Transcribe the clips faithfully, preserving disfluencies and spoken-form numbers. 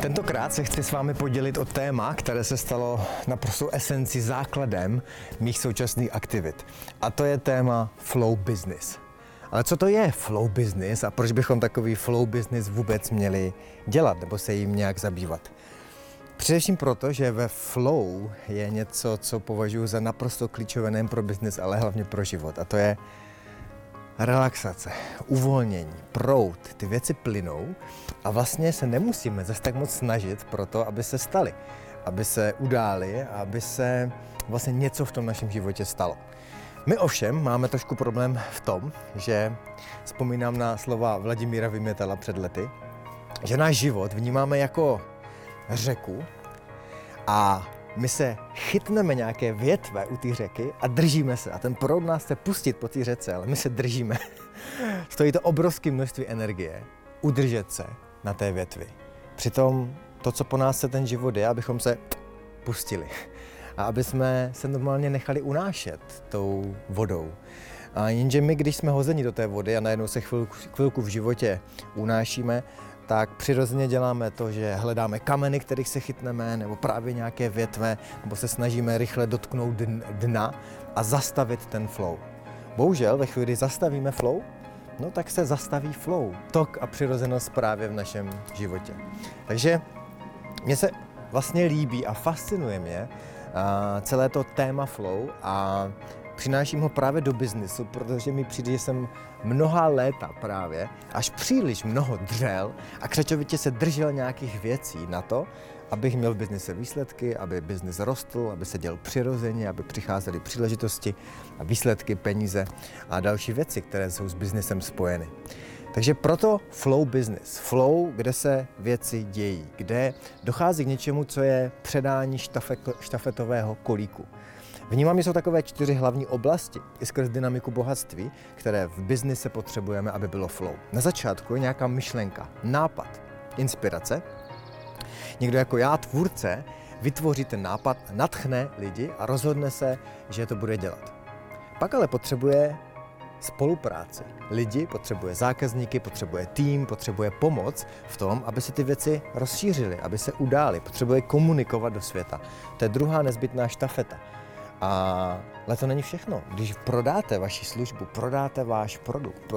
Tentokrát se chci s vámi podělit o téma, které se stalo naprosto esenci základem mých současných aktivit. A to je téma flow business. Ale co to je flow business a proč bychom takový flow business vůbec měli dělat nebo se jim nějak zabývat? Především proto, že ve flow je něco, co považuji za naprosto klíčové nejen pro business, ale hlavně pro život. A to je relaxace, uvolnění, proud, ty věci plynou a vlastně se nemusíme zase tak moc snažit pro to, aby se staly, aby se udály, aby se vlastně něco v tom našem životě stalo. My ovšem máme trošku problém v tom, že vzpomínám na slova Vladimíra Vymětala před lety, že náš život vnímáme jako řeku a my se chytneme nějaké větve u té řeky a držíme se. A ten proud nás chce pustit po té řece, ale my se držíme. Stojí to obrovské množství energie udržet se na té větvi. Přitom to, co po nás se ten život je, abychom se pustili. A aby jsme se normálně nechali unášet tou vodou. A jenže my, když jsme hozeni do té vody a najednou se chvilku, chvilku v životě unášíme, tak přirozeně děláme to, že hledáme kameny, kterých se chytneme, nebo právě nějaké větve, nebo se snažíme rychle dotknout dna a zastavit ten flow. Bohužel, ve chvíli, kdy zastavíme flow, no tak se zastaví flow, tok a přirozenost právě v našem životě. Takže mně se vlastně líbí a fascinuje mě a celé to téma flow a přináším ho právě do biznisu, protože mi přijde, že jsem mnoha léta právě, až příliš mnoho dřel a křečovitě se držel nějakých věcí na to, abych měl v biznise výsledky, aby biznis rostl, aby se dělal přirozeně, aby přicházely příležitosti a výsledky, peníze a další věci, které jsou s biznisem spojeny. Takže proto flow business, flow, kde se věci dějí, kde dochází k něčemu, co je předání štafet, štafetového kolíku. Vnímám, že jsou takové čtyři hlavní oblasti i skrz dynamiku bohatství, které v biznise potřebujeme, aby bylo flow. Na začátku je nějaká myšlenka, nápad, inspirace. Někdo jako já, tvůrce, vytvoří ten nápad, nadchne lidi a rozhodne se, že to bude dělat. Pak ale potřebuje spolupráci. Lidi, potřebuje zákazníky, potřebuje tým, potřebuje pomoc v tom, aby se ty věci rozšířily, aby se udály. Potřebuje komunikovat do světa. To je druhá nezbytná štafeta. A, ale to není všechno. Když prodáte vaši službu, prodáte váš produkt,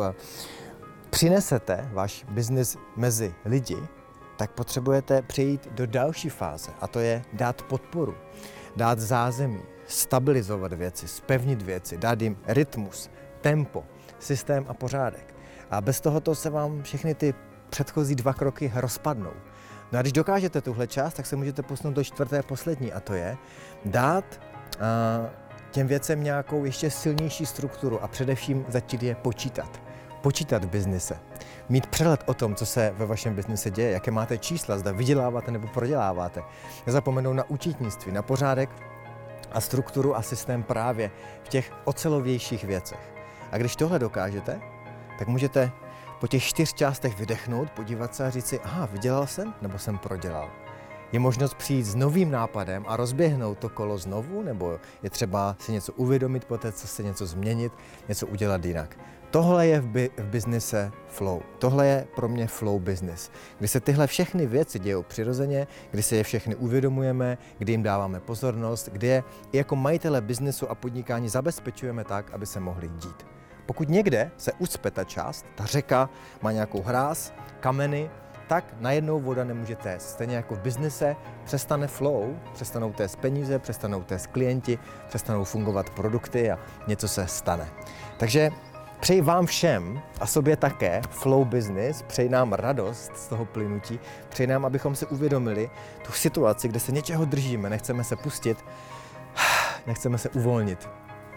přinesete váš biznis mezi lidi, tak potřebujete přejít do další fáze a to je dát podporu, dát zázemí, stabilizovat věci, zpevnit věci, dát jim rytmus, tempo, systém a pořádek. A bez tohoto se vám všechny ty předchozí dva kroky rozpadnou. No a když dokážete tuhle část, tak se můžete posunout do čtvrté poslední a to je dát a těm věcem nějakou ještě silnější strukturu a především začít je počítat. Počítat v biznise. Mít přehled o tom, co se ve vašem biznise děje, jaké máte čísla, zda vyděláváte nebo proděláváte. Nezapomenout na účetnictví, na pořádek a strukturu a systém právě v těch ocelovějších věcech. A když tohle dokážete, tak můžete po těch čtyř částech vydechnout, podívat se a říct si, aha, vydělal jsem nebo jsem prodělal. Je možnost přijít s novým nápadem a rozběhnout to kolo znovu, nebo je třeba si něco uvědomit poté, co se něco změnit, něco udělat jinak. Tohle je v, bi- v biznise flow. Tohle je pro mě flow business, kdy se tyhle všechny věci dějou přirozeně, kdy se je všechny uvědomujeme, kdy jim dáváme pozornost, kdy je i jako majitele biznesu a podnikání zabezpečujeme tak, aby se mohly dít. Pokud někde se ucpe ta část, ta řeka má nějakou hráz, kameny, tak najednou voda nemůže téct. Stejně jako v biznise přestane flow, přestanou téct peníze, přestanou téct klienti, přestanou fungovat produkty a něco se stane. Takže přeji vám všem a sobě také flow business, přeji nám radost z toho plynutí, přeji nám, abychom si uvědomili tu situaci, kde se něčeho držíme, nechceme se pustit, nechceme se uvolnit.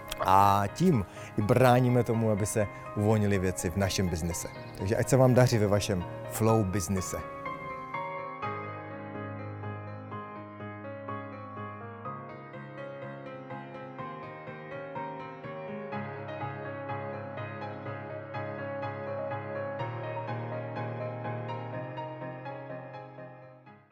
A tím i bráníme tomu, aby se uvolnily věci v našem biznise. Takže ať se vám daří ve vašem flow biznise.